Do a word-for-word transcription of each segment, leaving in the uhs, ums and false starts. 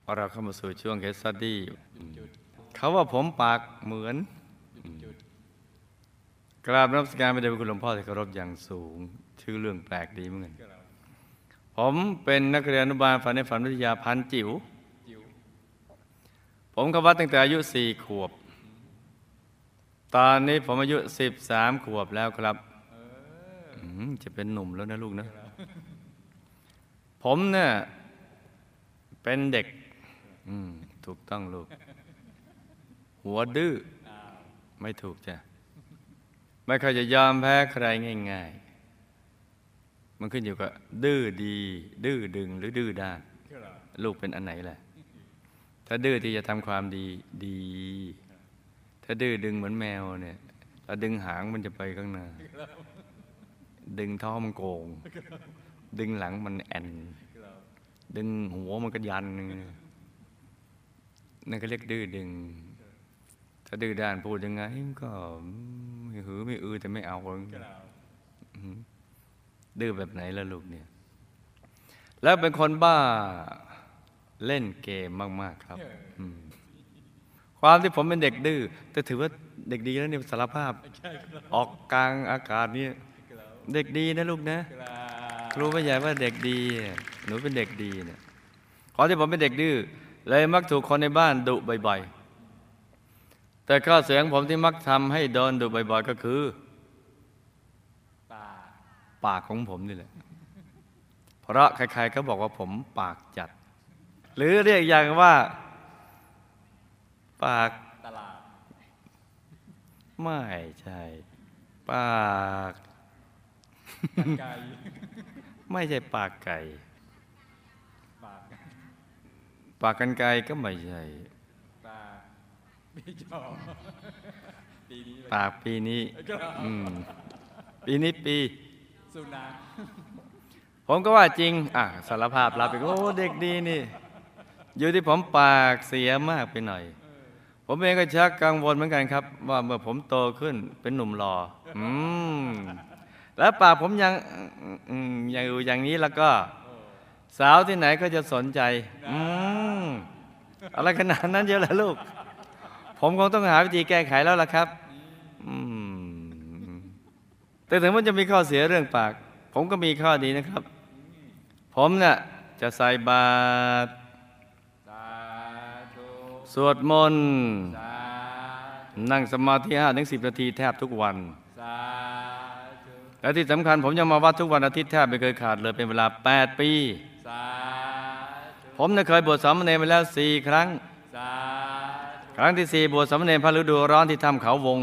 เราเข้ามาสู่ช่วงเคสสตัดดี้เขาว่าผมปากเหมือนกราบนมัสการพระเดชพระคุณหลวงพ่อที่เคารพอย่างสูงชื่อเรื่องแปลกดีเหมือนกันผมเป็นนักเรียนอนุบาลฝันในฝันวิทยาพันจิ๋วผมเข้าวัดตั้งแต่อายุสี่ขวบตอนนี้ผมอายุสิบสามขวบแล้วครับจะเป็นหนุ่มแล้วนะลูกนะผมเนี่ยเป็นเด็กถูกต้องลูกหัวดื้อไม่ถูกจ้ะไม่เคยจะยอมแพ้ใครง่ายๆมันขึ้นอยู่กับดื้อดีดื้อดึงหรือดื้อด้านลูกเป็นอันไหนแหละถ้าดื้อที่จะทำความดีดีถ้าดื้อดึงเหมือนแมวเนี่ยถ้าดึงหางมันจะไปข้างหน้าดึงท้องมันโกงดึงหลังมันแอนดึงหัวมันก็ยันนั่นก็เรียกดื้อดึงถ้าดื้อด้านพูดยังไงก็ไม่หือไม่อือแต่ไม่เอาดื้อแบบไหนล่ะลูกเนี่ยแล้วเป็นคนบ้าเล่นเกมมากๆครับความที่ผมเป็นเด็กดื้อแต่ถือว่าเด็กดีแล้วเนี่ยสารภาพออกกลางอากาศนี่เด็กดีนะลูกนะครูไม่ใหญ่ว่าเด็กดีหนูเป็นเด็กดีเนี่ยขอที่ผมเป็นเด็กดื้อเลยมักถูกคนในบ้านดุบ่อยๆแต่ข้อเสียงผมที่มักทำให้โดนดุบ่อยๆก็คือปากของผมนี่แหละเพราะใครๆก็บอกว่าผมปากจัดหรือเรียกอย่างว่าปากตลาดไม่ใช่ปากไก่ไม่ใช่ปากไก่ปากปากกันไก่ก็ไม่ใช่ปากปีจอปากปีนี้อืมปีนี้ปีสุนัขผมก็ว่าจริงอ่ะสารภาพรับอีกโอ้เด็กดีนี่อยู่ที่ผมปากเสียมากไปหน่อยผมเองก็ชักกังวลเหมือนกันครับว่าเมื่อผมโตขึ้นเป็นหนุ่มหล่ออืมแล้วปากผมยังยังอยู่อย่างนี้แล้วก็สาวที่ไหนก็จะสนใจอืมอะไรขนาดนั้นเยอะเลยลูกผมคงต้องหาวิธีแก้ไขแล้วล่ะครับอืมแต่ถึงมันจะมีข้อเสียเรื่องปากผมก็มีข้อดีนะครับผมเนี่ยจะใส่บาตรสวดมนต์นั่งสมาธิห้าถึงสิบนาทีแทบทุกวันและที่สำคัญผมยังมาวัดทุกวันอาทิตย์แทบไม่เคยขาดเลยเป็นเวลาแปดปีผมเคยบวชสามเณรมาแล้วสี่ครั้งครั้งที่สี่บวชสามเณรพระฤดูร้อนที่ถ้ำเขาวง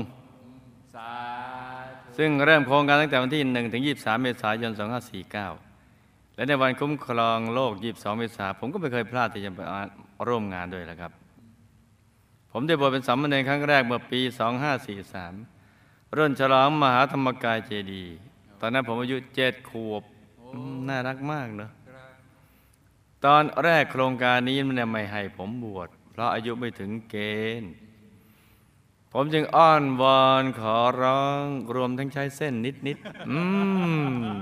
ซึ่งเริ่มโครงการตั้งแต่วันที่หนึ่งถึงยี่สิบสามเมษายนสองพันห้าร้อยสี่สิบเก้าและในวันคุ้มครองโลกยี่สิบสองเมษายนผมก็ไม่เคยพลาดที่จะไปร่วมงานด้วยนะครับผมได้บวชเป็นสามเณรครั้งแรกเมื่อปีสองพันห้าร้อยสี่สิบสามรุ่นฉลองมหาธรรมกายเจดีย์ตอนนั้นผมอายุเจ็ดขวบน่ารักมากเนอะตอนแรกโครงการนี้มันไม่ให้ผมบวชเพราะอายุไม่ถึงเกณฑ์ผมจึงอ้อนวอนขอร้องรวมทั้งใช้เส้นนิดๆอืม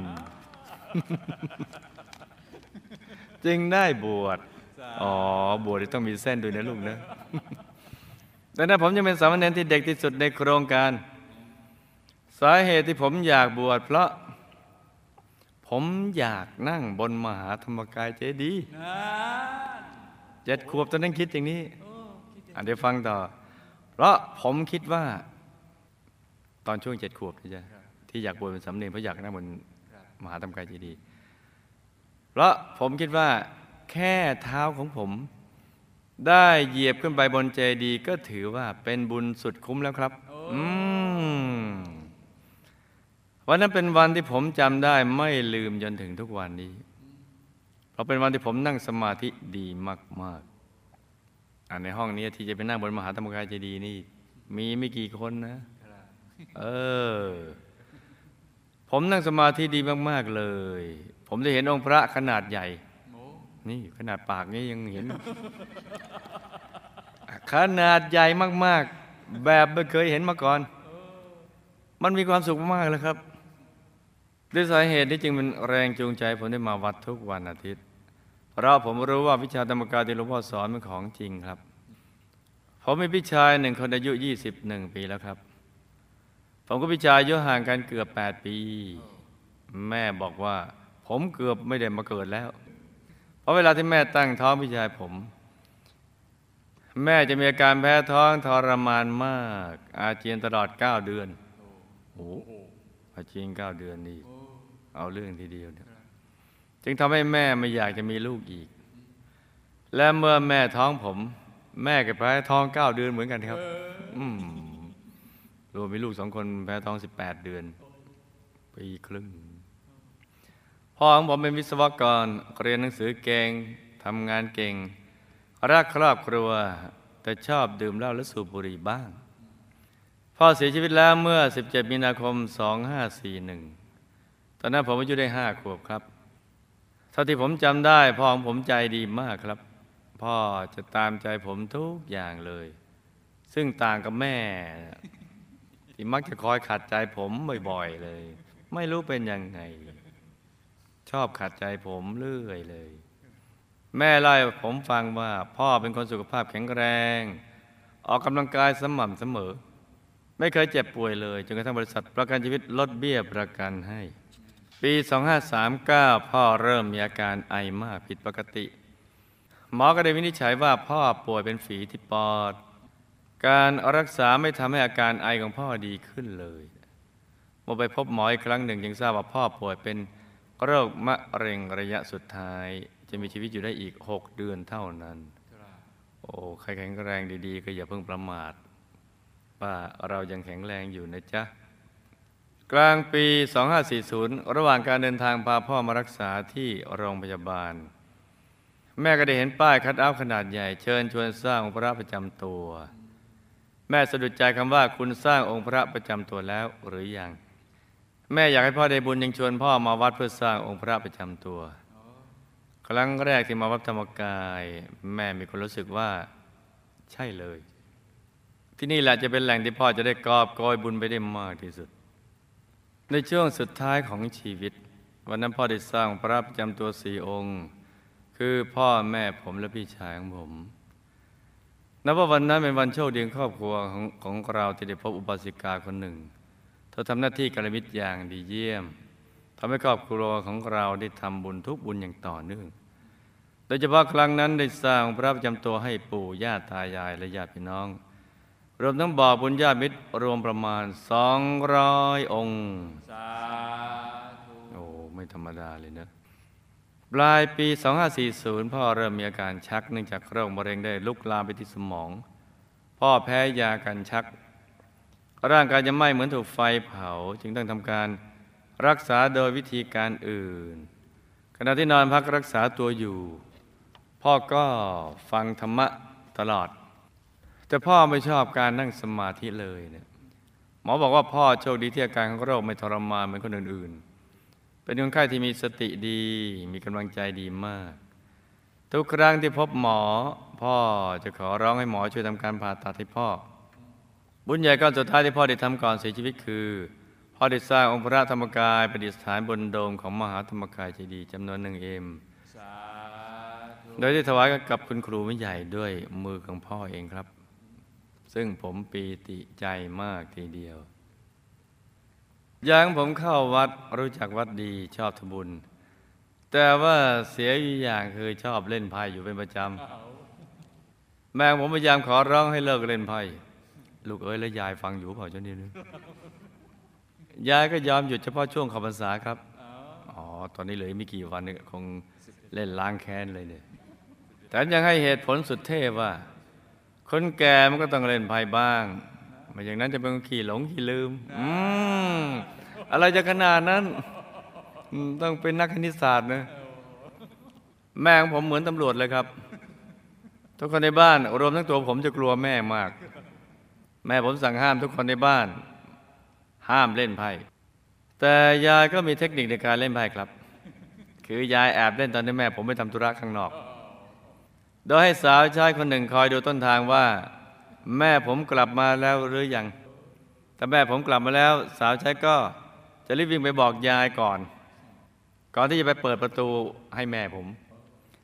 จึงได้บวชอ๋อบวชต้องมีเส้นด้วยนะลูกนะแต่นั้นผมยังเป็นสามเณรที่เด็กที่สุดในโครงการสาเหตุที่ผมอยากบวชเพราะผมอยากนั่งบนมหาธรรมกายเจดีย์เจ็ดขวบตอนนั้นคิดอย่างนี้อ่ะเดี๋ยวฟังต่อเพราะผมคิดว่าตอนช่วงเจ็ดขวบนี่จ้ะที่อยากบวชเป็นสามเณรเพราะอยากนั่งบนมหาธรรมกายเจดีย์เพราะผมคิดว่าแค่เท้าของผมได้เหยียบขึ้นไปบนเจดีย์ก็ถือว่าเป็นบุญสุดคุ้มแล้วครับอืมวันนั้นเป็นวันที่ผมจำได้ไม่ลืมจนถึงทุกวันนี้เพราะเป็นวันที่ผมนั่งสมาธิดีมากๆอ่าในห้องนี้ที่จะไปนั่งบนมหาธรรมกายเจดีย์นี่มีไม่กี่คนนะเออผมนั่งสมาธิดีมากๆเลยผมได้เห็นองค์พระขนาดใหญ่นี่ขนาดปากนี้ยังเห็น ขนาดใหญ่มากๆแบบไม่เคยเห็นมาก่อนมันมีความสุขมากเลยครับด้วยสาเหตุที่จึงเป็นแรงจูงใจผมได้มาวัดทุกวันอาทิตย์เพราะผมรู้ว่าวิชาธรรมกายที่หลวงพ่อสอนเป็นของจริงครับผมมีพี่ชายหนึ่งคนอายุยี่สิบเอ็ดปีแล้วครับผมกับพี่ชายอายุห่างกันเกือบแปดปีแม่บอกว่าผมเกือบไม่ได้มาเกิดแล้วเพราะเวลาที่แม่ตั้งท้องพี่ชายผมแม่จะมีอาการแพ้ท้องทรมานมากอาเจียนตลอดเก้าเดือนโอ้อาเจียนเก้าเดือนนี่เอาเรื่องทีเดียวเนี่ยจึงทำให้แม่ไม่อยากจะมีลูกอีกและเมื่อแม่ท้องผมแม่ก็แพ้ท้องเก้าเดือนเหมือนกันครับอืมรวมมีลูกสองคนแพ้ท้องสิบแปดเดือนปีครึ่งพ่อของผมเป็นวิศวกรเรียนหนังสือเก่งทำงานเก่งรักครอบครัวแต่ชอบดื่มเหล้าและสูบบุหรี่บ้างพ่อเสียชีวิตแล้วเมื่อสิบเจ็ดมีนาคมสองห้าสี่หนึ่งตอนนั้นผมอายุได้ห้าขวบครับเท่าที่ผมจำได้พ่อของผมใจดีมากครับพ่อจะตามใจผมทุกอย่างเลยซึ่งต่างกับแม่ที่มักจะคอยขัดใจผมบ่อยๆเลยไม่รู้เป็นยังไงชอบขัดใจผมเรื่อยเลยแม่เล่าให้ผมฟังว่าพ่อเป็นคนสุขภาพแข็งแรงออกกำลังกายสม่ำเสมอไม่เคยเจ็บป่วยเลยจนกระทั่งบริษัทประกันชีวิตลดเบี้ยประกันให้ปีสองห้าสามเก้าพ่อเริ่มมีอาการไอมากผิดปกติหมอก็ได้วินิจฉัยว่าพ่อป่วยเป็นฝีที่ปอดการรักษาไม่ทำให้อาการไอของพ่อดีขึ้นเลยเมื่อไปพบหมออีกครั้งหนึ่งจึงทราบว่าพ่อป่วยเป็นโรคมะเร็งระยะสุดท้ายจะมีชีวิตอยู่ได้อีกหกเดือนเท่านั้นโอ้ใครแข็งแรงดีๆก็อย่าเพิ่งประมาทว่าเรายังแข็งแรงอยู่นะจ๊ะกลางปีสองห้าสี่ศูนย์ระหว่างการเดินทางพาพ่อมารักษาที่โรงพยาบาลแม่ก็ได้เห็นป้ายคัทเอาท์ขนาดใหญ่เชิญชวนสร้างองค์พระประจำตัวแม่สะดุดใจคำว่าคุณสร้างองค์พระประจำตัวแล้วหรือยังแม่อยากให้พ่อได้บุญยังชวนพ่อมาวัดเพื่อสร้างองค์พระประจำตัวครั้งแรกที่มาวัดธรรมกายแม่มีความรู้สึกว่าใช่เลยที่นี่แหละจะเป็นแหล่งที่พ่อจะได้กอบโกยบุญไปได้มากที่สุดในช่วงสุดท้ายของชีวิตวันนั้นพ่อได้สร้างพระประจำตัวสี่องค์คือพ่อแม่ผมและพี่ชายของผมนับว่าวันนั้นเป็นวันโชคดีของครอบครัวของของเราที่ได้พบอุบาสิกาคนหนึ่งเธอทำหน้าที่กัลยาณมิตรอย่างดีเยี่ยมทำให้ครอบครัวของเราได้ทำบุญทุกบุญอย่างต่อเนื่องโดยเฉพาะครั้งนั้นได้สร้างพระประจำตัวให้ปู่ย่าตายายและญาติพี่น้องรวมทั้งบ่อบุญญาติมิตรรวมประมาณสองร้อยองค์สาธุโอ้ไม่ธรรมดาเลยนะปลายปีสองห้าสี่ศูนย์พ่อเริ่มมีอาการชักเนื่องจากโรคมะเร็งได้ลุกลามไปที่สมองพ่อแพ้ยากันชักร่างกายจะไหม้เหมือนถูกไฟเผาจึงต้องทำการรักษาโดยวิธีการอื่นขณะที่นอนพักรักษาตัวอยู่พ่อก็ฟังธรรมะตลอดแต่พ่อไม่ชอบการนั่งสมาธิเลยเนี่ยหมอบอกว่าพ่อโชคดีที่อาการของโรคไม่ทรมานเหมือนคนอื่นๆเป็นคนไข้ที่มีสติดีมีกำลังใจดีมากทุกครั้งที่พบหมอพ่อจะขอร้องให้หมอช่วยทำการผ่าตัดให้พ่อบุญใหญ่ก้อนสุดท้ายที่พ่อได้ทำก่อนเสียชีวิตคือพ่อได้สร้างองค์พระธรรมกายประดิษฐานบนโดมของมหาธรรมกายเจดีย์จำนวนหนึ่งเอ็มโดยที่ถวายกับคุณครูวิใหญ่ด้วยมือของพ่อเองครับซึ่งผมปีติใจมากทีเดียวอย่างผมเข้าวัดรู้จักวัดดีชอบทำบุญแต่ว่าเสียอยู่อย่างคือชอบเล่นไพ่อยู่เป็นประจำแม่ผมพยายามขอร้องให้เลิกเล่นไพ่ลูกเอ้ยแล้วยายฟังอยู่เปล่าเจ้านี่นึงยายก็ยอมหยุดเฉพาะช่วงเข้าพรรษาครับอ๋อตอนนี้เหลือไม่กี่วันคงเล่นล้างแค้นเลยเนี่ยแต่ยังให้เหตุผลสุดเท่ว่าคนแก่มันก็ต้องเล่นไพ่บ้างไม่อย่างนั้นจะเป็นขี้หลงขี้ลืมอืมอะไรจะขนาดนั้นต้องเป็นนักคณิตศาสตร์นะแม่ของผมเหมือนตำรวจเลยครับทุกคนในบ้านรวมทั้งตัวผมจะกลัวแม่มากแม่ผมสั่งห้ามทุกคนในบ้านห้ามเล่นไพ่แต่ยายก็มีเทคนิคในการเล่นไพ่ครับคือยายแอบเล่นตอนที่แม่ผมไปทำธุระข้างนอกโดยให้สาวใช้คนหนึ่งคอยดูต้นทางว่าแม่ผมกลับมาแล้วหรือยังถ้าแม่ผมกลับมาแล้วสาวใช้ก็จะรีบวิ่งไปบอกยายก่อนก่อนที่จะไปเปิดประตูให้แม่ผม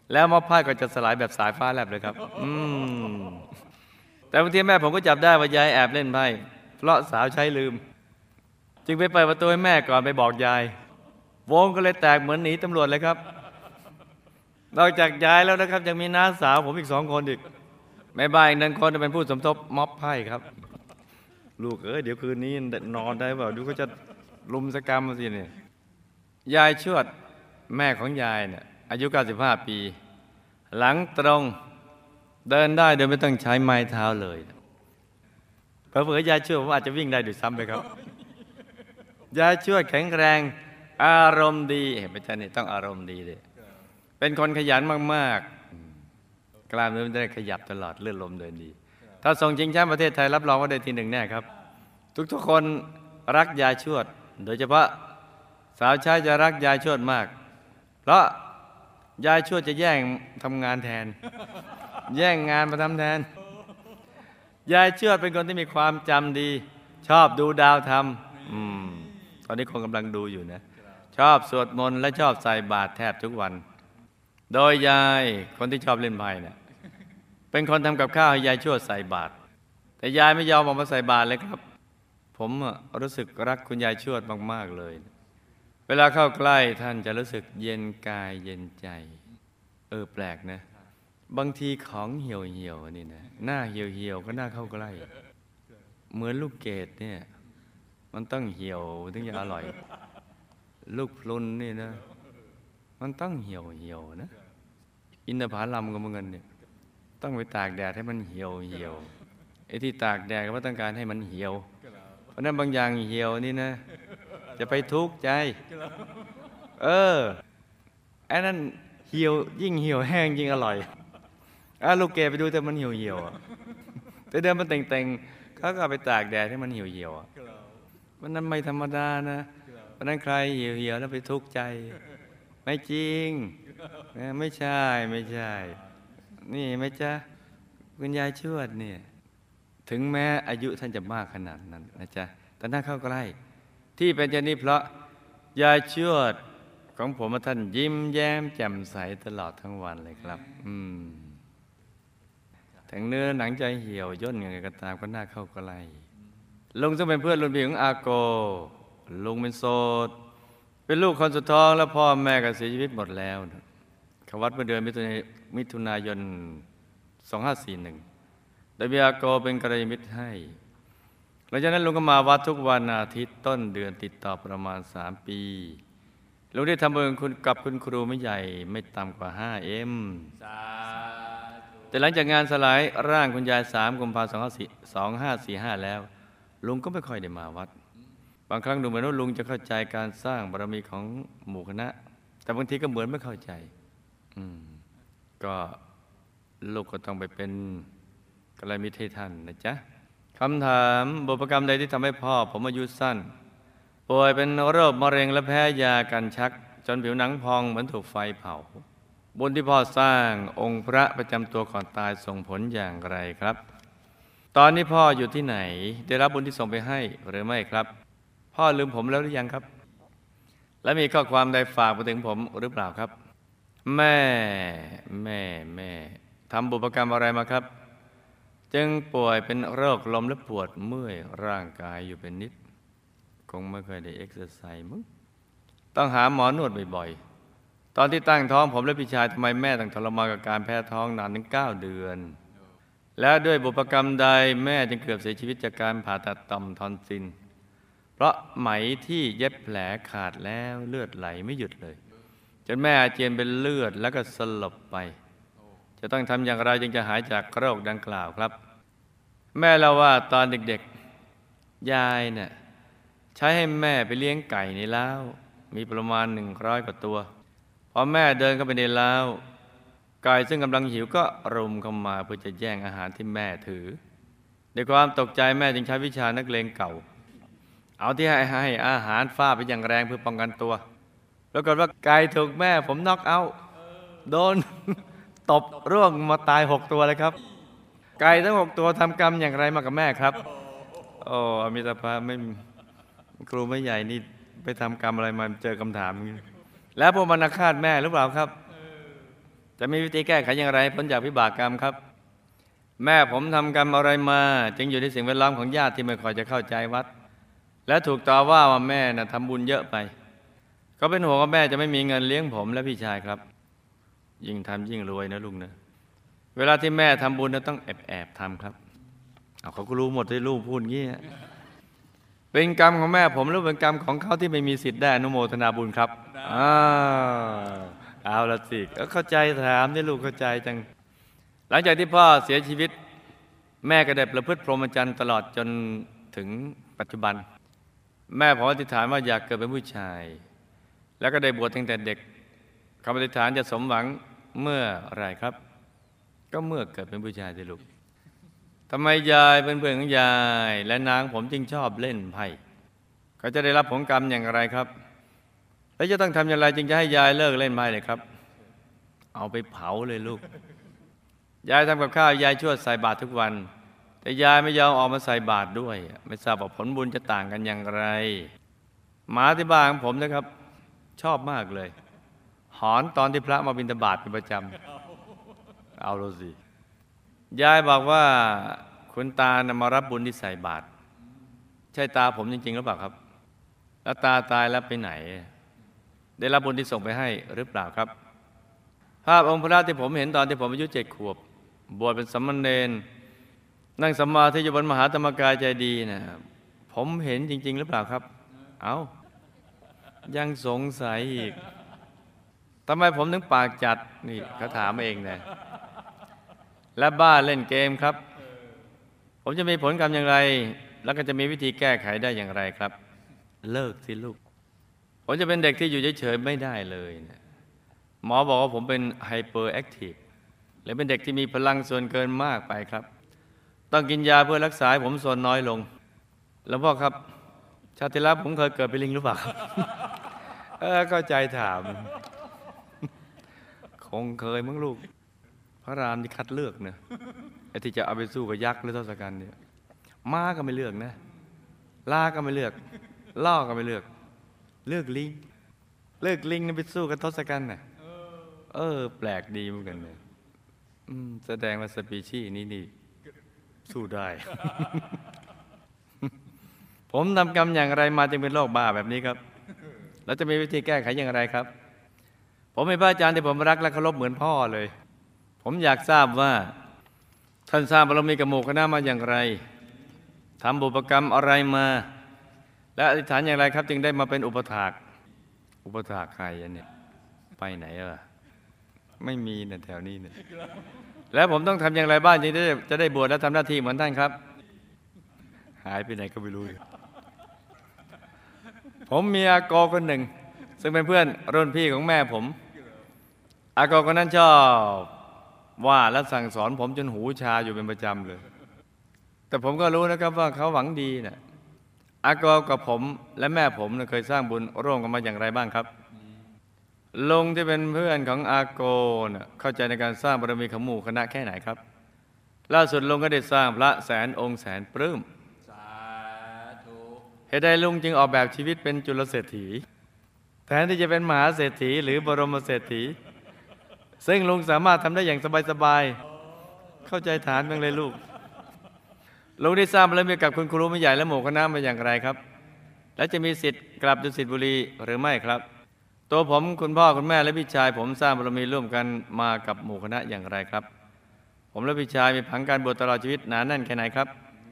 แล้วมะพร้าวก็จะสลายแบบสายฟ้าแลบเลยครับอืมแต่บางทีแม่ผมก็จับได้ว่ายายแอบเล่นไพ่เพราะสาวใช้ลืมจึงไปเปิดประตูให้แม่ก่อนไปบอกยายวงก็เลยแตกเหมือนหนีตำรวจเลยครับนอกจากยายแล้วนะครับยังมีน้าสาวผมอีกสองคนอีกแม่บ้านอีกหนึ่งคนเป็นผู้สมทบม็อบไพ่ครับลูกเอ้ยเดี๋ยวคืนนี้นอนได้เปล่าดูก็จะลุมสกรรมมาสิเนี่ยยายชวดแม่ของยายเนี่ยอายุเก้าสิบห้าปีหลังตรงเดินได้โดยไม่ต้องใช้ไม้เท้าเลยเผลอๆยายชวดผมอาจจะวิ่งได้ด้วยซ้ำไปครับยายชวดแข็งแรงอารมณ์ดีไม่ใช่นี่ต้องอารมณ์ดีเลยเป็นคนขยันมากๆกล้ามเนื้อมันจะได้ขยับตลอดเลือดลมเดินดีถ้าส่งชิงแชมป์ประเทศไทยรับรองว่าได้ที่หนึ่งแน่ครับทุกๆคนรักยายชวดโดยเฉพาะสาวใช้จะรักยายชวดมากเพราะยายชวดจะแย่งทำงานแทนแย่งงานมาทำแทนยายชวดเป็นคนที่มีความจำดีชอบดูดาวทำอืมตอนนี้คงกำลังดูอยู่นะชอบสวดมนต์และชอบใส่บาตรแทบทุกวันโดยยายคนที่ชอบเล่นไพ่เนี่ยเป็นคนทำกับข้าวให้ยายชวดใส่บาตรแต่ยายไม่ยอมออกมาใส่บาตรเลยครับผมรู้สึกรักคุณยายชวดมากๆเลยเวลาเข้าใกล้ท่านจะรู้สึกเย็นกายเย็นใจเออแปลกนะบางทีของเหี่ยวเหี่ยวนี่นะหน้าเหี่ยวเหี่ยวก็น่าเข้าใกล้เหมือนลูกเกดเนี่ยมันต้องเหี่ยวถึงจะอร่อยลูกพลุนนี่นะมันต้องเหี่ยวเหี่ยวนะอินทผลัมก็เหมือนกันเนี่ยต้องไปตากแดดให้มันเหี่ยวเหี่ยวไอ้ที่ตากแดดก็เพราะต้องการให้มันเหี่ยวเพราะนั้นบางอย่างเหี่ยวนี่นะจะไปทุกข์ใจเออไอ้นั่นเหี่ยวยิ่งเหี่ยวแห้งยิ่งอร่อยอ่ะลูกเกดไปดูแต่มันเหี่ยวเหี่ยวแต่เดิมมันเต่งๆเขาก็ไปตากแดดให้มันเหี่ยวเหี่ยวมันนั้นไม่ธรรมดานะเพราะนั้นใครเหี่ยวเหี่ยวแล้วไปทุกข์ใจไม่จริงไม่ใช่ไม่ใช่นี่ไม่จ้ะคุณยายชวดเนี่ยถึงแม้อายุท่านจะมากขนาดนั้นนะจ๊ะแต่ถ้าเข้าใกล้ที่เป็นอย่างนี้เพราะยายชวดของผมท่านยิ้มแย้มแจ่มใสตลอดทั้งวันเลยครับอืมถึงเนื้อหนังใจเหี่ยวย่นยังไงก็ตามก็น่าเข้าใกล้ลุงซึ่งเป็นเพื่อนรุ่นพี่ของอาโกลุงเป็นโสดเป็นลูกคนสุดท้องแล้วพ่อแม่ก็เสียชีวิตหมดแล้วเขาวัดเมื่อเดือนมิถุนายนสองห้าสี่หนึ่งโดยมีอาโกเป็นกัลยาณมิตรให้หลังจากนั้นลุงก็มาวัดทุกวันอาทิตย์ต้นเดือนติดต่อประมาณสามปีลุงได้ทำบุญคุณกับคุณครูไม่ใหญ่ไม่ต่ำกว่าห้าเอ็มแต่หลังจากงานสลายร่างคุณยายสามกุมภาพันธ์สองห้าสี่ห้าแล้วลุงก็ไม่ค่อยได้มาวัดบางครั้งดูเหมือนว่าลุงจะเข้าใจการสร้างบารมีของหมู่คณะแต่บางทีก็เหมือนไม่เข้าใจอืมก็ลูกก็ต้องไปเป็นกัลยาณมิตรให้ท่านนะจ๊ะคำถามบุพกรรมใดที่ทำให้พ่อผมอายุสั้นป่วยเป็นโรคมะเร็งและแพ้ยากันชักจนผิวหนังพองเหมือนถูกไฟเผาบุญที่พ่อสร้างองค์พระประจำตัวก่อนตายส่งผลอย่างไรครับตอนนี้พ่ออยู่ที่ไหนได้รับบุญที่ส่งไปให้หรือไม่ครับพ่อลืมผมแล้วหรือยังครับและมีข้อความใดฝากมาถึงผมหรือเปล่าครับแม่แม่แม่ทำบุพกรรมอะไรมาครับจึงป่วยเป็นโรคลมและปวดเมื่อยร่างกายอยู่เป็นนิดคงไม่เคยได้เอ็กซ์ไซส์มั้งต้องหาหมอนวดบ่อยๆตอนที่ตั้งท้องผมและพี่ชายทำไมแม่ต้องทรมานกับการแพ้ท้องนานถึงเก้าเดือนและด้วยบุพกรรมใดแม่จึงเกือบเสียชีวิตจากการผ่าตัดต่อมทอนซิลเพราะไหมที่เย็บแผลขาดแล้วเลือดไหลไม่หยุดเลยจนแม่อาเจียนเป็นเลือดแล้วก็สลบไปจะต้องทำอย่างไรจึงจะหายจากโรคดังกล่าวครับแม่เล่าว่าตอนเด็กๆยายเนี่ยใช้ให้แม่ไปเลี้ยงไก่ในเล้ามีประมาณหนึ่งร้อยกว่าตัวพอแม่เดินเข้าไปในเล้าไก่ซึ่งกำลังหิวก็รุมเข้ามาเพื่อจะแย่งอาหารที่แม่ถือด้วยความตกใจแม่จึงใช้วิชานักเลงเก่าเอาที่ให้ให้อาหารฟาดไปอย่างแรงเพื่อป้องกันตัวปรากฏว่าไก่ถูกแม่ผมน็อกเอาท์โดนตบร่วงมาตายหกตัวเลยครับไก่ทั้งหกตัวทำกรรมอย่างไรมากับแม่ครับโอ้อมิตาภาไม่ครูไม่ใหญ่นี่ไปทำกรรมอะไรมาเจอคำถามนี้แล้วพวกมันอาฆาตแม่หรือเปล่าครับจะมีวิธีแก้ไขอย่างไรพ้นจากวิบากกรรมครับแม่ผมทำกรรมอะไรมาจึงอยู่ในสิ่งแวดล้อมของญาติที่ไม่ค่อยจะเข้าใจวัดและถูกต่อว่าว่าแม่น่ะทำบุญเยอะไปก็เป็นห่วงว่าแม่จะไม่มีเงินเลี้ยงผมและพี่ชายครับยิ่งทำยิ่งรวยนะลุงนะเวลาที่แม่ทำบุญต้องแอบแอบทำครับเอาเขาก็รู้หมดที่ลูกพูดงี้เป็นกรรมของแม่ผมหรือเป็นกรรมของเขาที่ไม่มีสิทธิ์ได้อนุโมทนาบุญครับอ้าวเอาละสิก็เข้าใจถามนี่ลูกเข้าใจจังหลังจากที่พ่อเสียชีวิตแม่ก็ได้ประพฤติพรหมจรรย์ตลอดจนถึงปัจจุบันแม่ผมอธิษฐานว่าอยากเกิดเป็นผู้ชายแล้วก็ได้บวชตั้งแต่เด็กคำอธิษฐานจะสมหวังเมื่อไรครับก็เมื่อเกิดเป็นผู้ชายสิลูกทำไมยายเป็นเพื่อนของยายและนางผมจึงชอบเล่นไพ่เขาจะได้รับผลกรรมอย่างไรครับแล้วจะต้องทำอย่างไรจึงจะให้ยายเลิกเล่นไพ่เลยครับเอาไปเผาเลยลูกยายทำกับข้าวยายช่วยใส่บาตรทุกวันแต่ยายไม่ยอมออกมาใส่บาตรด้วยไม่ทราบว่าผลบุญจะต่างกันอย่างไรหมาที่บ้านของผมนะครับชอบมากเลยหอนตอนที่พระมาบิณฑบาตเป็นประจำเอาดูสิยายบอกว่าคุณตานำมารับบุญที่ใส่บาตรใช่ตาผมจริงๆหรือเปล่าครับแล้วตาตายแล้วไปไหนได้รับบุญที่ส่งไปให้หรือเปล่าครับภาพองค์พระที่ผมเห็นตอนที่ผมอายุเจ็ดขวบบวชเป็นสามเณรนั่งสมาธิอยู่บนมหาธรรมกายใจดีนะผมเห็นจริงๆหรือเปล่าครับเอายังสงสัยอีกทำไมผมถึงปากจัดนี่เขาถามเองนะและบ้าเล่นเกมครับผมจะมีผลกรรมอย่างไรแล้วก็จะมีวิธีแก้ไขได้อย่างไรครับเลิกสิลูกผมจะเป็นเด็กที่อยู่เฉยๆไม่ได้เลยนะหมอบอกว่าผมเป็นไฮเปอร์แอคทีฟหรือเป็นเด็กที่มีพลังส่วนเกินมากไปครับต้องกินยาเพื่อรักษาให้ผมส่วนน้อยลงแล้วพ่อครับชาติที่แล้วผมเคยเกิดเป็นลิงหรือเปล่าเออก็ใจถามคงเคยมั้งลูกพระรามที่คัดเลือกเนะไอ้ที่จะเอาไปสู้กับยักษ์หรือทศกัณฐ์เนี่ยม้าก็ไม่เลือกนะลาก็ไม่เลือกล่อก็ไม่เลือกเลือกลิงเลือกลิงนี่ไปสู้กับทศกัณฐ์น่ะเออแปลกดีเหมือนกันเลยแสดงว่าสปีชีส์นี้นี่สู้ได้ ผมทำกรรมอย่างไรมาจึงเป็นโรคบ้าแบบนี้ครับแล้วจะมีวิธีแก้ไขอย่างไรครับผมเป็นพระอาจารย์ที่ผมรักและเคารพเหมือนพ่อเลยผมอยากทราบว่าท่านสร้างบารมีกับหมู่คณะมาอย่างไรทำบุพกรรมอะไรมาและอธิษฐานอย่างไรครับจึงได้มาเป็นอุปถากอุปถากใครเนี่ยไปไหนอ่ะไม่มีเนี่ยแถวนี้เนี่ยแล้วผมต้องทำอย่างไรบ้างจึงจะจะได้บวชและทำหน้าที่เหมือนท่านครับหายไปไหนก็ไม่รู้ผมมีอากอคนหนึ่งซึ่งเป็นเพื่อนรุ่นพี่ของแม่ผมอากอคนนั้นชอบว่าและสั่งสอนผมจนหูชาอยู่เป็นประจำเลยแต่ผมก็รู้นะครับว่าเขาหวังดีนะอากอกับผมและแม่ผมเคยสร้างบุญร่วมกันมาอย่างไรบ้างครับลุงที่เป็นเพื่อนของอากอเข้าใจในการสร้างบารมีของหมู่คณะแค่ไหนครับล่าสุดลุงก็ได้สร้างพระแสนองค์แสนปลื้มเหตุใดลุงจึงออกแบบชีวิตเป็นจุลเศรษฐีแทนที่จะเป็นมหาเศรษฐีหรือบรมเศรษฐีซึ่งลุงสามารถทำได้อย่างสบายๆเข้าใจฐานเพียงเลยลูกลุงได้สร้างบารมีกับคุณครูไม่ใหญ่และหมู่คณะมาอย่างไรครับและจะมีสิทธิ์กลับดุสิตบุรีหรือไม่ครับตัวผมคุณพ่อคุณแม่และพี่ชายผมสร้างบารมีร่วมกันมากับหมู่คณะอย่างไรครับผมและพี่ชายมีผังการบวชตลอดชีวิตหนาแน่นแค่ไหนครับ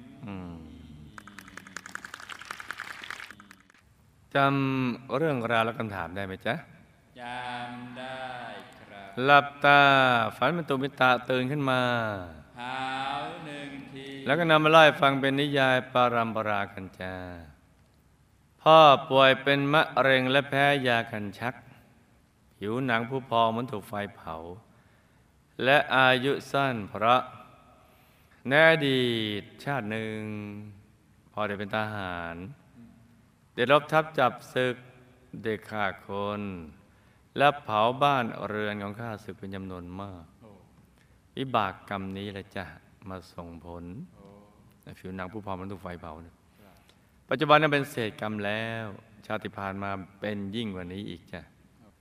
จำเรื่องราวและคำถามได้ไหมจ๊ะจำได้ครับหลับตาฝันเป็นตุมิตะตื่นขึ้นมาหาวหนึ่งทีแล้วก็นำมาเล่าให้ฟังเป็นนิยายปารัมปรากันจ้าพ่อป่วยเป็นมะเร็งและแพ้ยากันชักผิวหนังผู้พองเหมือนถูกไฟเผาและอายุสั้นเพราะในอดีตชาติหนึ่งพ่อได้เป็นทหารได้รบทับจับศึกได้ฆ่าคนและเผาบ้านเรือนของข้าศึกเป็นจำนวนมากวิบากกรรมนี้แหละจะมาส่งผลผิวหนังผู้พองมันถูกไฟเผาเนี่ยปัจจุบันนั้นเป็นเศษกรรมแล้วชาติผ่านมาเป็นยิ่งกว่านี้อีกจ้ะต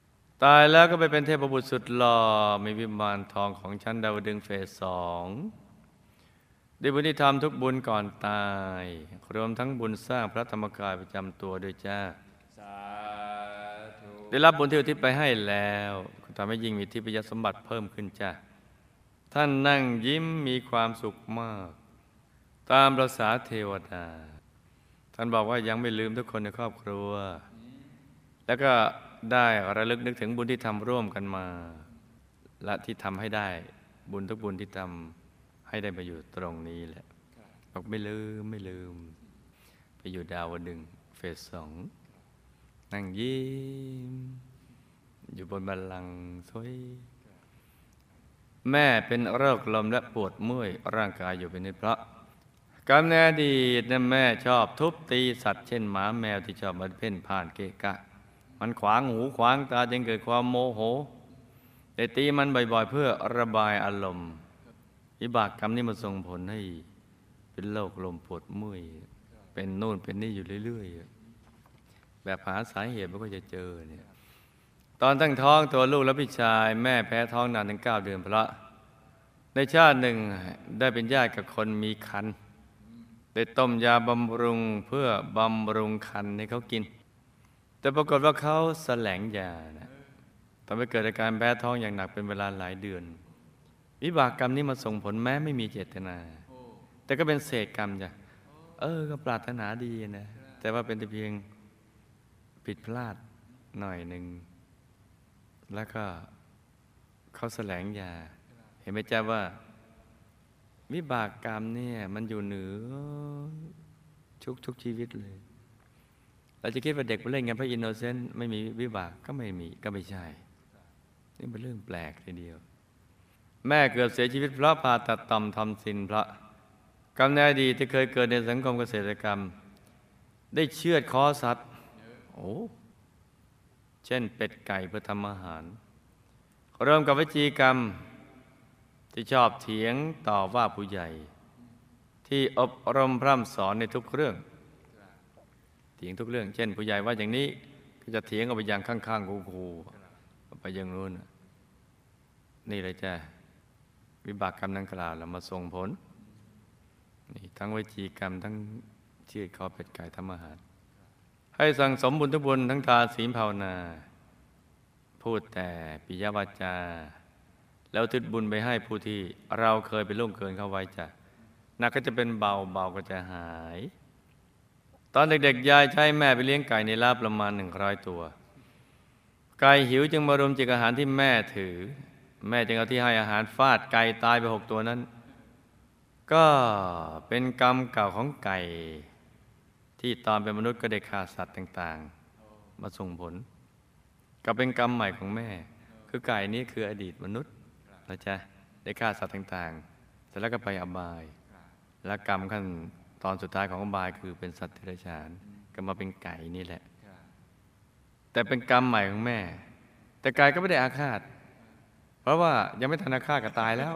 ตายแล้วก็ไปเป็นเทพบุตรสุดหล่อมีวิมานทองของชั้นดาวดึงส์เฟสสองได้บุญที่ทำทุกบุญก่อนตายรวมทั้งบุญสร้างพระธรรมกายประจำตัวด้วยจ้าสาธุได้รับบุญที่อุทิศไปให้แล้วก็ทำให้ยิ่งมีทิพยสมบัติเพิ่มขึ้นจ้าท่านนั่งยิ้มมีความสุขมากตามประสาเทวดาท่านบอกว่ายังไม่ลืมทุกคนในครอบครัวแล้วก็ได้ระลึกนึกถึงบุญที่ทำร่วมกันมาและที่ทำให้ได้บุญทุกบุญที่ทำให้ได้มาอยู่ตรงนี้แหละบอกไม่ลืมไม่ลืมไปอยู่ดาวดึงส์เฟสสองนั่งยิ้มอยู่บนบัลลังก์สวยแม่เป็นโรคลมและปวดเมื่อยร่างกายอยู่เป็นนิดเพราะกรรมในอดีตนะแม่ชอบทุบตีสัตว์เช่นหมาแมวที่ชอบมาเพ่นพ่านเกะกะมันขวางหูขวางตาจึงเกิดความโมโหได้ตีมันบ่อยๆเพื่อระบายอารมณ์วิบากกรรมนี้มาส่งผลให้เป็นโรคลมปวดเมื่อยเป็นโน่นเป็นนี่อยู่เรื่อยๆแบบหาสาเหตุไม่ค่อยจะเจอเนี่ยตอนตั้งท้องตัวลูกและพี่ชายแม่แพ้ท้องนานถึงเก้าเดือนเพราะในชาติหนึ่งได้เป็นญาติกับคนมีคันได้ต้มยาบำรุงเพื่อบำรุงคันให้เขากินแต่ปรากฏว่าเขาแสลงยานะทำให้เกิดอาการแพ้ท้องอย่างหนักเป็นเวลาหลายเดือนวิบากกรรมนี้มาส่งผลแม้ไม่มีเจตนาแต่ก็เป็นเศษกรรมจ้ะเออก็ปรารถนาดีนะแต่ว่าเป็นแต่เพียงผิดพลาดหน่อยหนึ่งแล้วก็เขาแสลงยาเห็นไหมจ๊ะว่าวิบากกรรมเนี่ยมันอยู่เหนือทุกทุกชีวิตเลยเราจะคิดว่าเด็กไปเล่นกันเพราะอินโนเซนต์ไม่มีวิบากก็ไม่มีก็ไม่ใช่นี่เป็นเรื่องแปลกทีเดียวแม่เกือบเสียชีวิตเพราะผ่าตัดต่อมทอมซินเพราะกรรมในอดีตที่เคยเกิดในสังคมเกษตรกรรมได้เชือดคอสัตว์โอ้เช่นเป็ดไก่เพื่อทำอาหารเริ่มกับวิจีกรรมที่ชอบเถียงต่อว่าผู้ใหญ่ที่อบรมพร่ำสอนในทุกเรื่องเถียงทุกเรื่องเช่นผู้ใหญ่ว่าอย่างนี้ก็จะเถียงเอาไปอย่างข้างๆคูๆไปอย่างนู้นนี่เลยจ้ะวิบากกรรมดังกล่าวแล้วมาส่งผลนี่ทั้งวิจีกรรมทั้งเชือดคอเป็ดไก่ทำอาหารให้สั่งสมบุญทุกบุญทั้งทานศีลภาวนาพูดแต่ปิยวาจาแล้วทิศบุญไปให้ผู้ที่เราเคยไปล่วงเกินเข้าไว้จ้ะหนักก็จะเป็นเบาเบาก็จะหายตอนเด็กๆยายใช้แม่ไปเลี้ยงไก่ในลาบประมาณหนึ่งร้อยตัวไก่หิวจึงมารุมจิกอาหารที่แม่ถือแม่จึงเอาที่ให้อาหารฟาดไก่ตายไปหกตัวนั้นก็เป็นกรรมเก่าของไก่ที่ตอนเป็นมนุษย์ก็ได้ฆ่าสัตว์ต่างๆมาส่งผลก็เป็นกรรมใหม่ของแม่คือไก่นี้คืออดีตมนุษย์นะจ๊ะได้ฆ่าสัตว์ต่างๆเสร็จแล้วก็ไปอบายและกรรมขั้นตอนสุดท้ายของอบายคือเป็นสัตว์เดรัจฉานก็มาเป็นไก่นี่แหละแต่เป็นกรรมใหม่ของแม่แต่ไก่ก็ไม่ได้อาฆาตเพราะว่ายังไม่ทันอาฆาตก็ตายแล้ว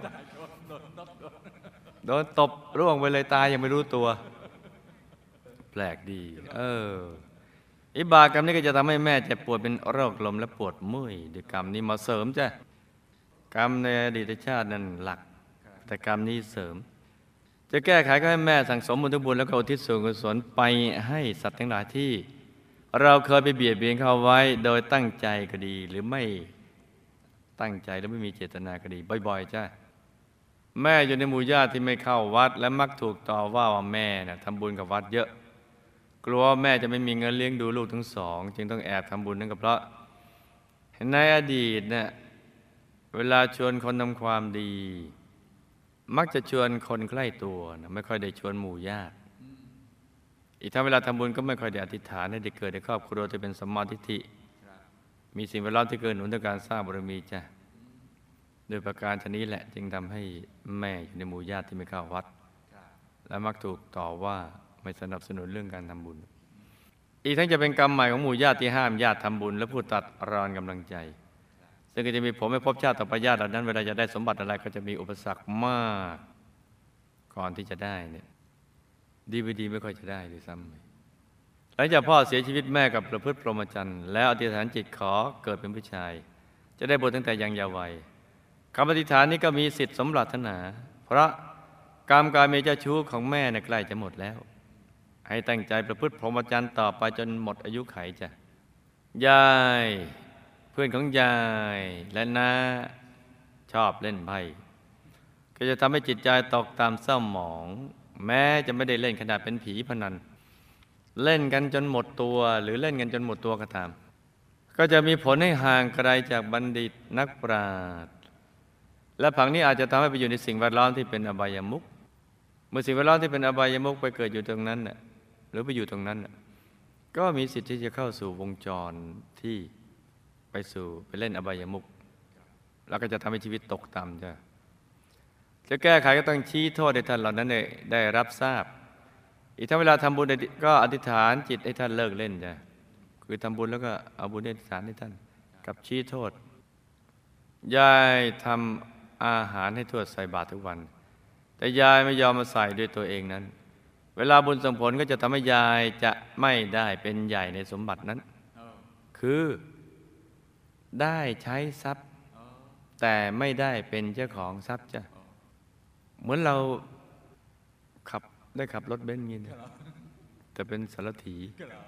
โดนตบร่วงไปเลยตายยังไม่รู้ตัวแปลกดีเอออิบากกรรมนี้ก็จะทำให้แม่เจ็บปวดเป็นโรคลมและปวดเมื่อยด้วยกรรมนี้มาเสริมจ้ะกรรมในอดีตชาตินั่นหลักแต่กรรมนี้เสริมจะแก้ไขก็ให้แม่สั่งสมบุญทุกบุญแล้วก็อุทิศส่วนกุศลไปให้สัตว์ทั้งหลายที่เราเคยไปเบียดเบียนเขาไว้โดยตั้งใจก็ดีหรือไม่ตั้งใจแล้วไม่มีเจตนาก็ดีบ่อยๆจ้ะแม่อยู่ในหมู่ญาติที่ไม่เข้าวัดและมักถูกต่อว่าว่าแม่น่ะทำบุญกับวัดเยอะกลัวแม่จะไม่มีเงินเลี้ยงดูลูกทั้งสองจึงต้องแอบทำบุญนั่นก็เพราะในอดีตเนี่ยเวลาชวนคนทำความดีมักจะชวนคนใกล้ตัวนะไม่ค่อยได้ชวนหมู่ญาติอีกทั้งเวลาทำบุญก็ไม่ค่อยได้อธิษฐานให้ได้เกิดในครอบครัวที่เป็นสัมมาทิฏฐิมีสิ่งแวดล้อมที่เกินหนุนต่อการสร้างบารมีจ้ะโดยประการชนี้แหละจึงทำให้แม่อยู่ในหมู่ญาติที่ไม่เข้าวัดและมักถูกต่อว่าไม่สนับสนุนเรื่องการทำบุญอีกทั้งจะเป็นกรรมใหม่ของหมู่ญาติที่ห้ามญาติทำบุญและพูดตัดรอนกำลังใจซึ่งก็จะมีผมให้พบชาติต่อไปญาติเหล่านั้นเวลาจะได้สมบัติอะไรก็จะมีอุปสรรคมากก่อนที่จะได้เนี่ยดีไม่ดีไม่ค่อยจะได้ด้วยซ้ำหลังจากพ่อเสียชีวิตแม่กับประพฤติพรหมจรรย์แล้วอธิษฐานจิตขอเกิดเป็นผู้ชายจะได้บวชตั้งแต่ยังเยาว์วัยคำอธิษฐานนี้ก็มีสิทธิ์สมปรารถนาเพราะกรรมการเมียเจ้าชู้ของแม่เนี่ยใกล้จะหมดแล้วให้ตั้งใจประพฤติพรหมจรรย์ต่อไปจนหมดอายุไขจ้ะยายเพื่อนของยายและน้าชอบเล่นไพ่ก็จะทำให้จิตใจตกตามเศร้าหมองแม้จะไม่ได้เล่นขนาดเป็นผีพนันเล่นกันจนหมดตัวหรือเล่นกันจนหมดตัวก็ตามก็จะมีผลให้ห่างไกลจากบัณฑิตนักปราชญ์และผังนี้อาจจะทำให้ไปอยู่ในสิ่งแวดล้อมที่เป็นอบายมุขเมื่อสิ่งแวดล้อมที่เป็นอบายมุขไปเกิดอยู่ตรงนั้นน่ะหรือไปอยู่ตรงนั้นน่ะก็มีสิทธิ์ที่จะเข้าสู่วงจรที่ไปสู่ไปเล่นอบายมุขแล้วก็จะทำให้ชีวิตตกต่ำจ้ะจะแก้ไขก็ต้องชี้โทษให้ท่านเหล่านั้นได้รับทราบอีกทั้งเวลาทำบุญก็อธิษฐานจิตให้ท่านเลิกเล่นจ้ะคือทำบุญแล้วก็เอาบุญอธิษฐานให้ท่านกับชี้โทษยายทำอาหารให้ทวดใส่บาตรทุกวันแต่ยายไม่ยอมมาใส่ด้วยตัวเองนั้นเวลาบุญส่งผลก็จะทำให้ยายจะไม่ได้เป็นใหญ่ในสมบัตินั้นคือได้ใช้ทรัพย์แต่ไม่ได้เป็นเจ้าของทรัพย์จ้ะเหมือนเราขับได้ขับรถเบนซ์งี้นะแต่เป็นสารถี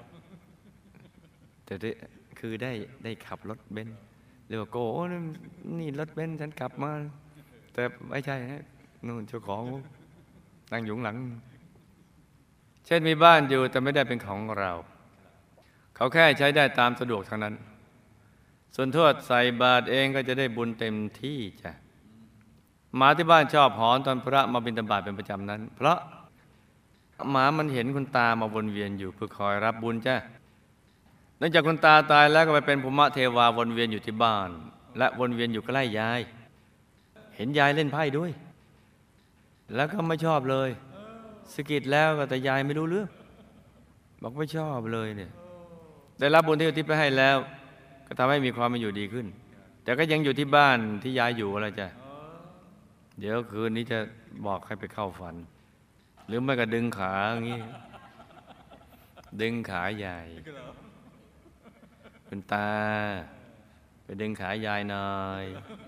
แต่ได้คือได้ได้ขับรถเบนซ์เรียกว่าโก้นี่รถเบนซ์ฉันขับมาแต่ไม่ใช่ฮะนู่นเจ้าของนั่งอยู่หลังเช่นมีบ้านอยู่แต่ไม่ได้เป็นของเราเขาแค่ใช้ได้ตามสะดวกเท่านั้นส่วนทวดใส่บาตรเองก็จะได้บุญเต็มที่จ้ะหมาที่บ้านชอบหอนตอนพระมาบิณฑบาตเป็นประจำนั้นเพราะหมามันเห็นคุณตามาวนเวียนอยู่เพื่อคอยรับบุญจ้ะเนื่องจากคุณตาตายแล้วก็ไปเป็นภูมิเทวาวนเวียนอยู่ที่บ้านและวนเวียนอยู่ใกล้ยายเห็นยายเล่นไพ่ด้วยแล้วก็ไม่ชอบเลยสะกิดแล้วก็แต่ยายไม่รู้เรื่องบอกไม่ชอบเลยเนี่ยได้รับบุญที่อุทิศไปให้แล้วก็ทำให้มีความเป็นอยู่ดีขึ้นแต่ก็ยังอยู่ที่บ้านที่ยายอยู่อะไรจ้ะเดี๋ยวคืนนี้จะบอกให้ไปเข้าฝันหรือไม่ก็ดึงขาอย่างนี้ดึงขายายคุณตาไปดึงขายายหน่อย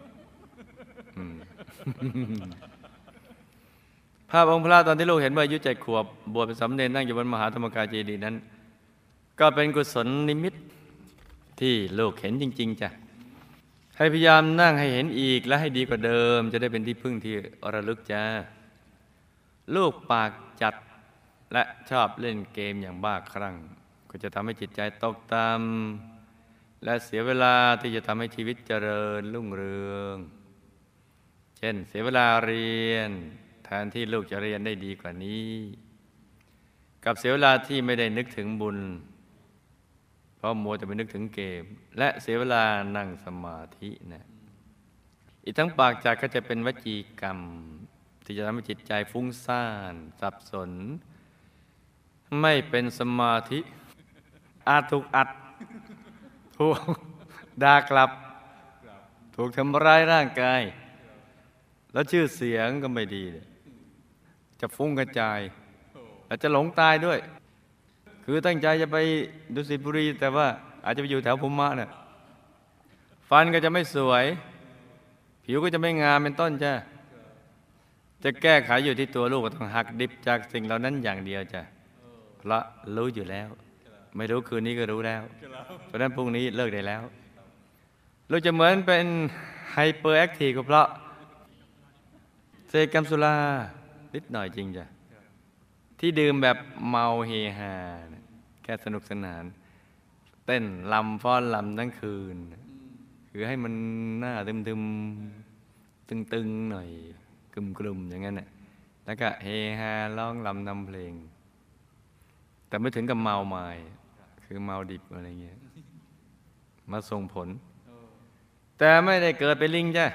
ภาพองค์พระตอนที่ลูกเห็นเมื่ออายุเจ็ดขวบบวชเป็นสามเณรนั่งอยู่บนมหาธรรมกายเจดีย์นั้นก็เป็นกุศลนิมิตที่ลูกเห็นจริงๆจ้ะให้พยายามนั่งให้เห็นอีกและให้ดีกว่าเดิมจะได้เป็นที่พึ่งที่ระลึกจ้าลูกปากจัดและชอบเล่นเกมอย่างบ้าคลั่งก็จะทำให้จิตใจตกต่ำและเสียเวลาที่จะทำให้ชีวิตเจริญรุ่งเรืองเช่นเสียเวลาเรียนแทนที่ลูกจะเรียนได้ดีกว่านี้กับเสียเวลาที่ไม่ได้นึกถึงบุญเพราะมัวแต่ไปนึกถึงเกมและเสียเวลานั่งสมาธินะอีกทั้งปากจากก็จะเป็นวจีกรรมที่จะทำให้จิตใจฟุ้งซ่านสับสนไม่เป็นสมาธิอาจถูกอัดถูกด่ากลับถูกทำร้ายร่างกายแล้วชื่อเสียงก็ไม่ดีจะฟุ้งกระจายและจะหลงตายด้วยคือตั้งใจจะไปดุสิตบุรีแต่ว่าอาจจะไปอยู่แถวภูมิมะน่ะฟันก็จะไม่สวยผิวก็จะไม่งามเป็นต้นจ้ะจะแก้ไขอยู่ที่ตัวลูกก็ต้องหักดิบจากสิ่งเหล่านั้นอย่างเดียวจ้ะเพราะรู้อยู่แล้วไม่รู้คืนนี้ก็รู้แล้วเพราะนั้นพรุ่งนี้เลิกได้แล้วลูกจะเหมือนเป็นไฮเปอร์แอคทีฟก็เพราะเสพกัญชานิดหน่อยจริงจ้ะที่ดื่มแบบเมาเฮฮาแค่สนุกสนานเต้นลำฟ้อนลำทั้งคืนคือให้มันหน้าตึมๆตึงๆหน่อยกลุ่มๆอย่างนั้นน่ะแล้วก็เฮฮาร้องลำนำเพลงแต่ไม่ถึงกับเมาไม้คือเมาดิบอะไรเงี้ยมาส่งผลแต่ไม่ได้เกิดเป็นลิงจ้ะ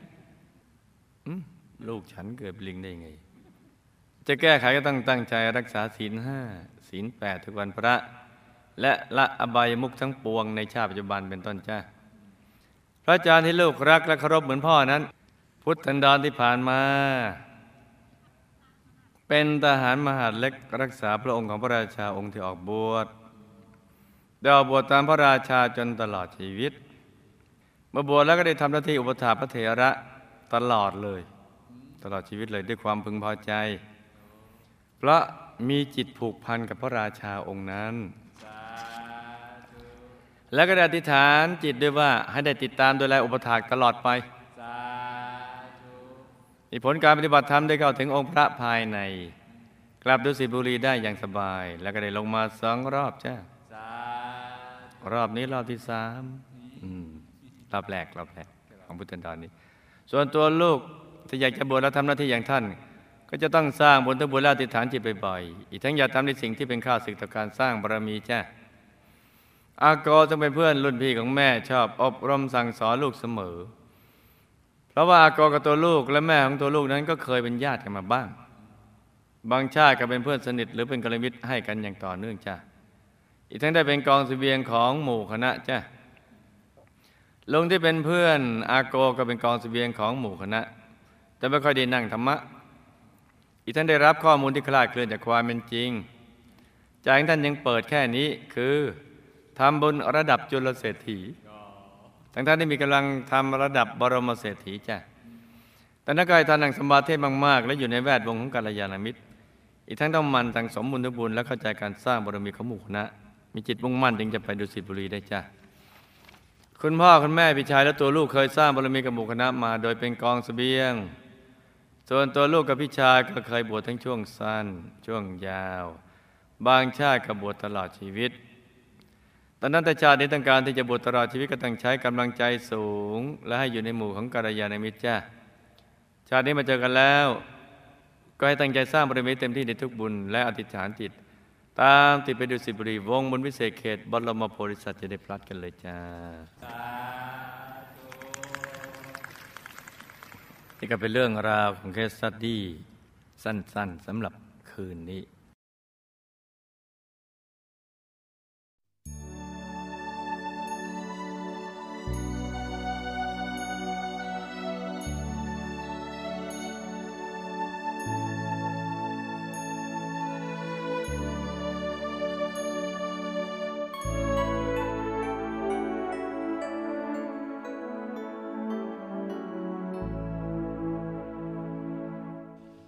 ลูกฉันเกิดเป็นลิงได้ไงจะแก้ไขก็ต้องตั้งใจรักษาศีลห้าศีลแปดทุกวันพระและละอบายมุขทั้งปวงในชาติปัจจุบันเป็นต้นจ้าพระอาจารย์ที่ลูกรักและเคารพเหมือนพ่อนั้นพุทธันดรที่ผ่านมาเป็นทหารมหาดเล็กรักษาพระองค์ของพระราชาองค์ที่ออกบวชได้ออกบวชตามพระราชาจนตลอดชีวิตเมื่อบวชแล้วก็ได้ทำหน้าที่อุปถากพระเถระตลอดเลยตลอดชีวิตเลยด้วยความพึงพอใจเพราะมีจิตผูกพันกับพระราชาองค์นั้นแล้วก็ได้อธิษฐานจิตด้วยว่าให้ได้ติดตามดูแลอุปถากตลอดไปมีผลการปฏิบัติธรรมได้เข้าถึงองค์พระภายในกลับดุสิตบุรีได้อย่างสบายแล้วก็ได้ลงมาสองรอบจ้ารอบนี้รอบที่สามรอบแรกรอบแรกของพุทธันดรนี้ส่วนตัวลูกถ้าอยากจะบวชและทำหน้าที่อย่างท่านก็จะต้องสร้างบุญทั้งบุญและอธิษฐานจิตบ่อยๆอีกทั้งอย่าทำในสิ่งที่เป็นข้าศึกต่อการสร้างบารมีจ้าอากอต้องเป็นเพื่อนรุ่นพี่ของแม่ชอบอบรมสั่งสอนลูกเสมอเพราะว่าอากอกับตัวลูกและแม่ของตัวลูกนั้นก็เคยเป็นญาติกันมาบ้างบางชาติก็เป็นเพื่อนสนิทหรือเป็นกัลยาณมิตรให้กันอย่างต่อเนื่องจ้าอีกทั้งได้เป็นกองเสบียงของหมู่คณะจ้าลุงที่เป็นเพื่อนอากอก็เป็นกองเสบียงของหมู่คณะแต่ไม่ค่อยได้นั่งธรรมะอีกท่านได้รับข้อมูลที่คลาดเคลื่อนจากความเป็นจริงจากท่านยังเปิดแค่นี้คือทำบุญระดับจุลเศรษฐีทั้งท่านที่มีกำลังทำระดับบรมเศรษฐีจ้ะแต่นักกายท่านนั่งสมาธิมากๆและอยู่ในแวดวงของกัลยาณมิตรอีกทั้งต้องมันสั่งสมบุญทุกบุญและเข้าใจการสร้างบารมีของหมู่คณะมีจิตมุ่งมั่นจึงจะไปดุสิตบุรีได้จ้ะคุณพ่อคุณแม่พี่ชายและตัวลูกเคยสร้างบารมีกับหมู่คณะมาโดยเป็นกองเสบียงส่วนตัวลูกกับพี่ชายก็เคยบวชทั้งช่วงสั้นช่วงยาวบางชาติก็บวชตลอดชีวิตตอนนั้นแต่ชาตินี้ต้องการที่จะบวชตลอดชีวิตก็ต้องใช้กำลังใจสูงและให้อยู่ในหมู่ของกัลยาณมิตรจ้าชาตินี้มาเจอกันแล้วก็ให้ตั้งใจสร้างบารมีเต็มที่ในทุกบุญและอธิษฐานจิตตามติดไปดุสิตบุรีวงบุญวิเศษเขตบรมโพธิสัตว์จะได้พลัดกันเลยจ้านี่ก็เป็นเรื่องราวของเคสสตัดดี้สั้นๆสำหรับคืนนี้